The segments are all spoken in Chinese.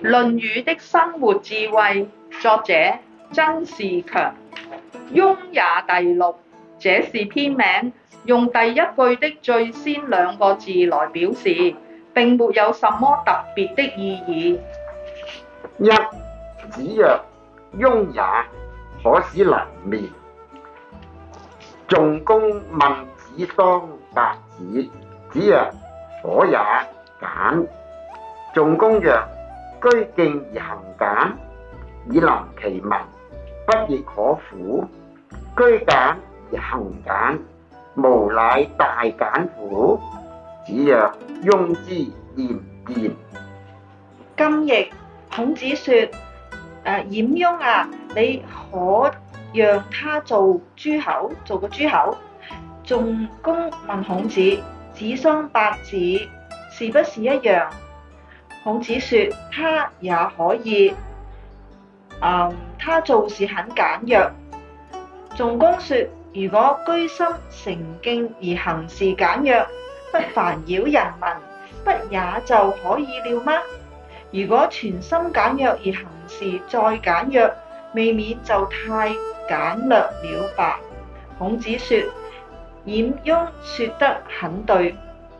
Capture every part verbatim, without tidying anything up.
論語的生活智慧，作者曾仕強。雍也第六，這是篇名，用第一句的最先兩個字來表示，並沒有什麼特別的意義。 一、子曰：雍也，可使能面。仲弓問子桑伯子，子曰：可也，簡。仲弓曰：居敬而行簡，以臨其民，不亦可乎？居簡而行簡，無乃大簡乎？子曰：庸之言焉。 今譯孔子說：誒、呃，冉雍啊，你可讓他做諸侯，做個諸侯。仲弓問孔子：子桑伯子是不是一樣？孔子說：他也可以，嗯，他做事很簡約。仲弓說：如果居心誠敬而行事簡約，不煩擾人民，不也就可以了嗎？如果全心簡約而行事再簡約，未免就太簡略了吧。孔子說：冉雍說得很對。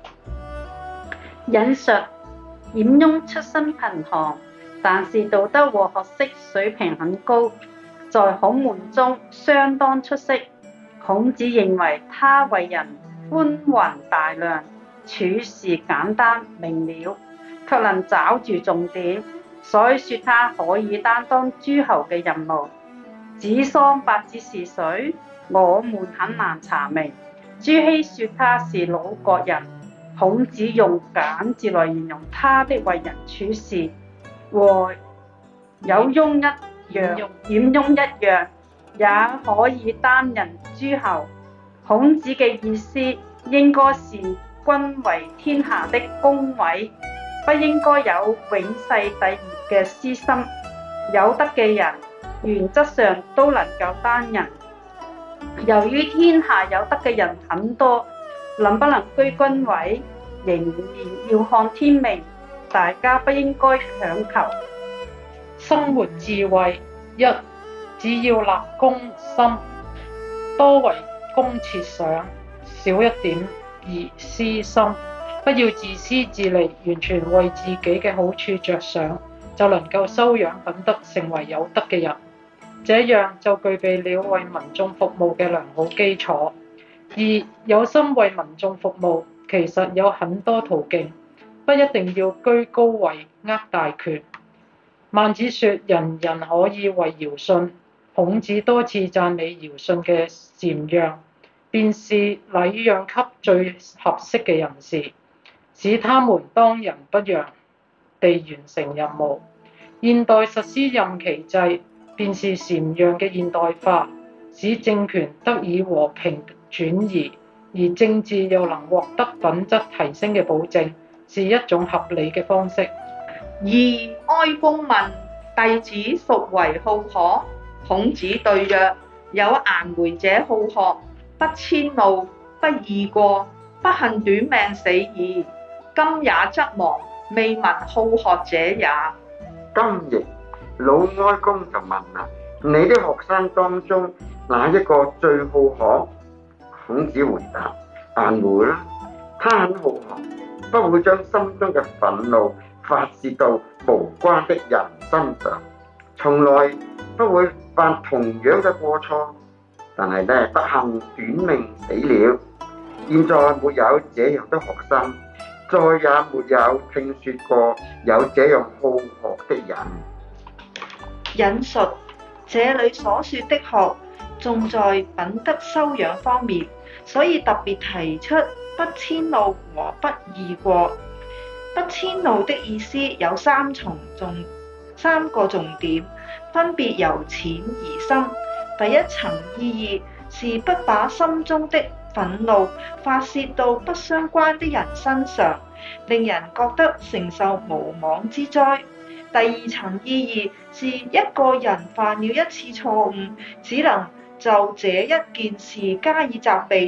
引述：冉雍出身貧寒，但是道德和學識水平很高，在孔門中相當出色。孔子認為他為人寬宏大量，處事簡單明了，卻能抓住重點，所以說他可以擔當諸侯嘅任務。子桑伯子是誰？我們很難查明。朱熹說他是魯國人。孔子用簡字來形容他的為人處事，和有雍一樣，冉雍一樣，也可以擔任諸侯。孔子嘅意思應該是君為天下的公委，不應該有永世帝業嘅私心。有德嘅人原則上都能夠擔任。由於天下有德嘅人很多，能不能居君位，仍然要看天命，大家不應該強求。 生活智慧一，只要立公心，多為公設想，少一點而私心，不要自私自利，完全為自己嘅好處着想，就能夠修養品德，成為有德嘅人。這樣就具備了為民眾服務嘅良好基礎。二，有心為民眾服務，其實有很多途徑，不一定要居高位握大權。孟子說：人人可以為堯舜。孔子多次讚美堯舜嘅禪讓，便是禮讓給最合適嘅人士，使他們當仁不讓地完成任務。現代實施任期制，便是禪讓嘅現代化，使政權得以和平轉移，而政治又能獲得品質提升嘅保證，是一種合理嘅方式。 二，哀公問弟子孰為好學？孔子對曰：有顏回者好學，不遷怒，不貳過，不幸短命死矣。今也則亡，未聞好學者也。 今譯魯哀公就問啦：你的學生當中哪一個最好學？孔子回答：顏回啦，他很好學，不會將心中嘅憤怒發泄到無關的人身上，從來不會犯同樣嘅過錯，但係呢，不幸短命死了。現在沒有這樣的學生，再也沒有聽說過有這樣好學的人。 引述：這裏所說的學，重在品德修養方面，所以特別提出不遷怒和不貳過。不遷怒的意思有三重重三個重點，分別由淺而深。第一層意義是不把心中的憤怒發泄到不相關的人身上，令人覺得承受無妄之災。第二層意義是一個人犯了一次錯誤，只能就這一件事加以責備，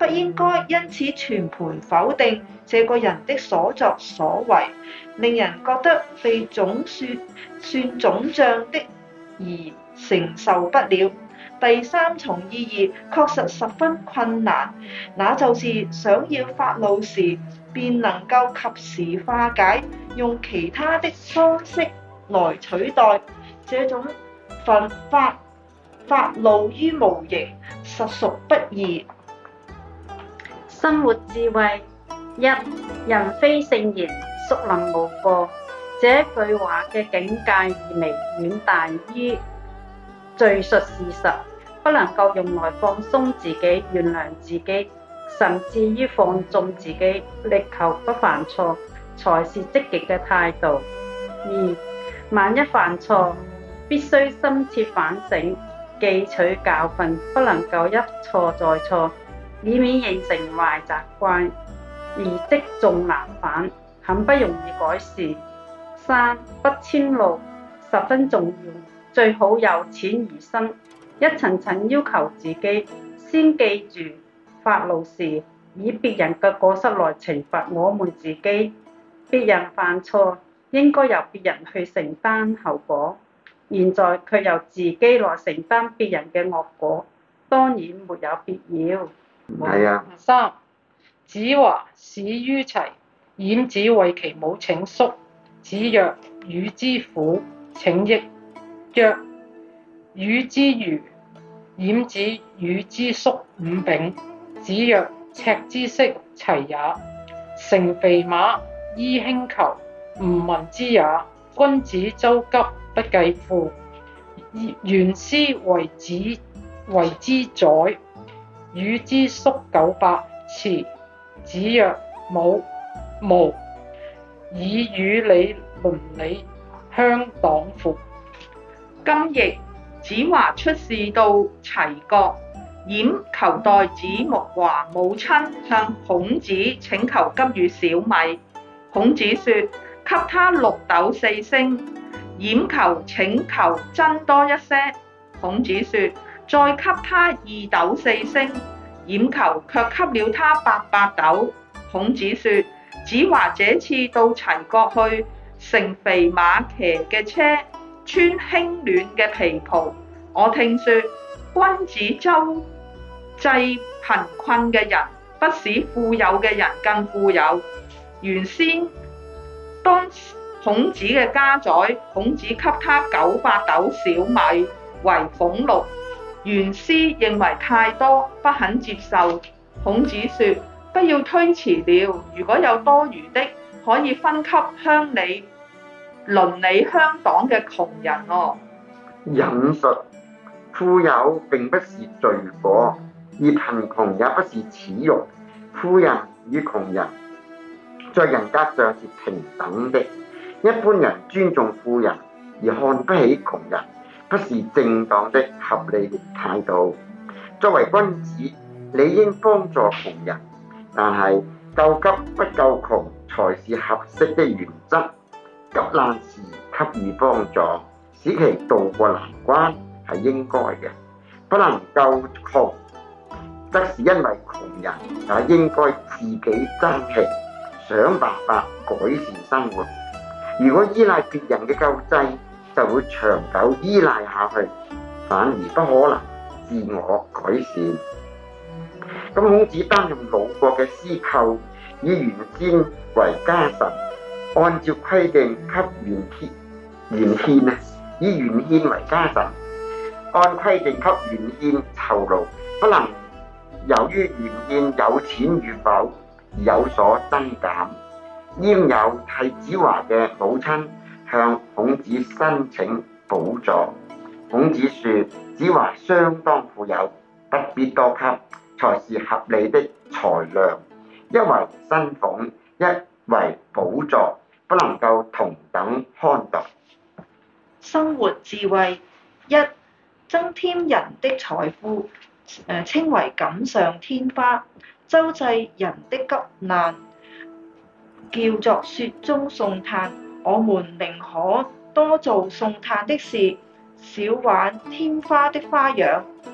不應該因此全盤否定這個人的所作所為，令人覺得被總算算總賬的而承受不了。第三重意義確實十分困難，那就是想要發怒時便能夠及時化解，用其他的方式來取代。這種發發發怒於無形，實屬不義。 生活智慧一：人非聖賢，孰能無過？這句話嘅境界意味遠大於敘述事實，不能夠用來放鬆自己、原諒自己，甚至於放縱自己，力求不犯錯，才是積極嘅態度。二、萬一犯錯，必須深切反省，記取教訓，不能夠一錯再錯，以免形成壞習慣，而積重難返，很不容易改善。三、不遷怒十分重要，最好由淺而深，一層層要求自己。先記住，發怒時以別人嘅過失來懲罰我們自己，別人犯錯應該由別人去承擔後果，現在卻由自己來承擔別人嘅惡果，當然沒有必要。 係啊。 三、子華始於齊，冉子為其母請宿。子曰：汝之父，請益。曰：汝之虞。冉子汝之叔五丙。子曰：赤之色，齊也。乘肥馬，依輕裘，吾聞之也。君子舟急，不計父。元師為子為之宰。汝之叔九百，辭。子曰：母無。以與理倫理，鄉黨乎？ 今譯子華出仕到齊國，冉求代子木華母親向孔子請求給予小米。孔子說：給他六斗四升。冉求請求增多一些。孔子說：再給他二斗四升。冉求卻給了他八百斗。孔子說：子華這次到齊國去，乘肥馬騎嘅車，穿輕暖嘅皮袍。我聽說君子周濟貧困嘅人，不使富有嘅人更富有。原先當孔子嘅家宰，孔子給他九百斗小米為俸祿。元師認為太多，不肯接受。孔子說：不要推辭了，如果有多餘的，可以分給鄉里鄰里鄉黨嘅窮人哦。 引述：富有並不是罪過，而貧窮也不是恥辱。富人與窮人在人格上是平等的。一般人尊重富人而看不起窮人，不是正當的合理的態度。作為君子，理應幫助窮人，但係救急不救窮才是合適的原則。急難時給予幫助，使其渡過難關係應該嘅。不能救窮，則是因為窮人也應該自己爭氣，想辦法改善生活。如果依賴別人嘅救濟，就會長久依賴下去，反而不可能自我改善。咁孔子擔任魯國嘅司寇，以原先為家臣，按照規定給原獻原獻啊，以原獻為家臣，按規定給原獻酬勞，不能由於原獻有錢與否而有所增減。焉有替子華嘅母親向孔子申請補助？孔子說：子華相當富有，不必多給，才是合理的裁量。一為薪俸，一為補助，不能夠同等看待。 生活智慧一：增添人的財富，呃、稱為錦上添花；周濟人的急難，叫做雪中送炭。我們寧可多做送炭的事，少玩添花的花樣。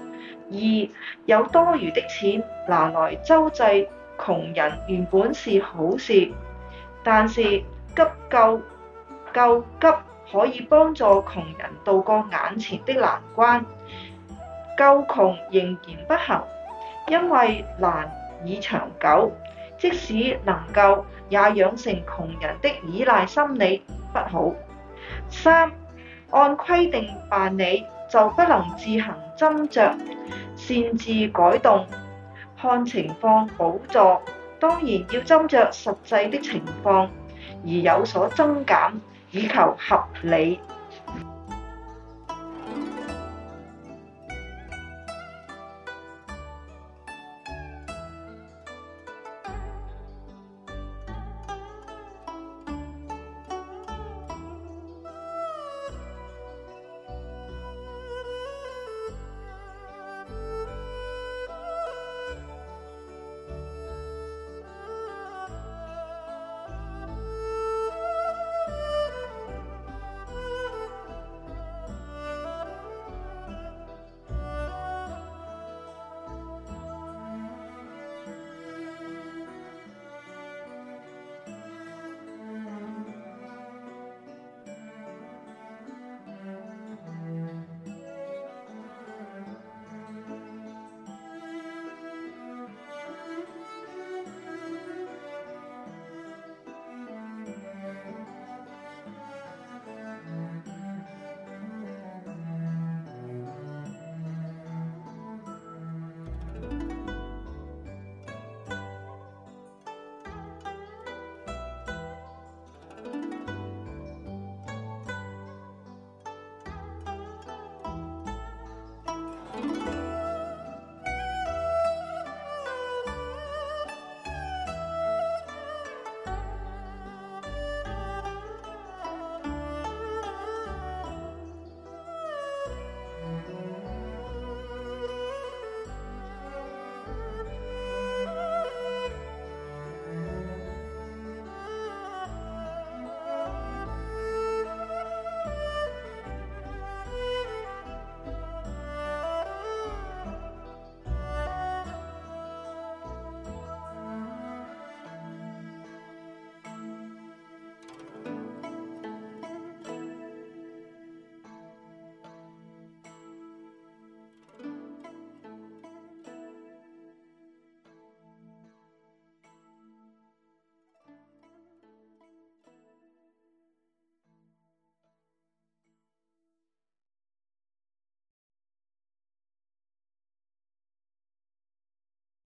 二、有多餘的錢拿來周濟窮人原本是好事，但是急救救急可以幫助窮人渡過眼前的難關，救窮仍然不行，因為難以長久，即使能夠也養成窮人的依賴心理，不好。三、按規定辦理就不能自行斟酌，擅自改動，看情況補助，當然要斟酌實際的情況，而有所增減，以求合理。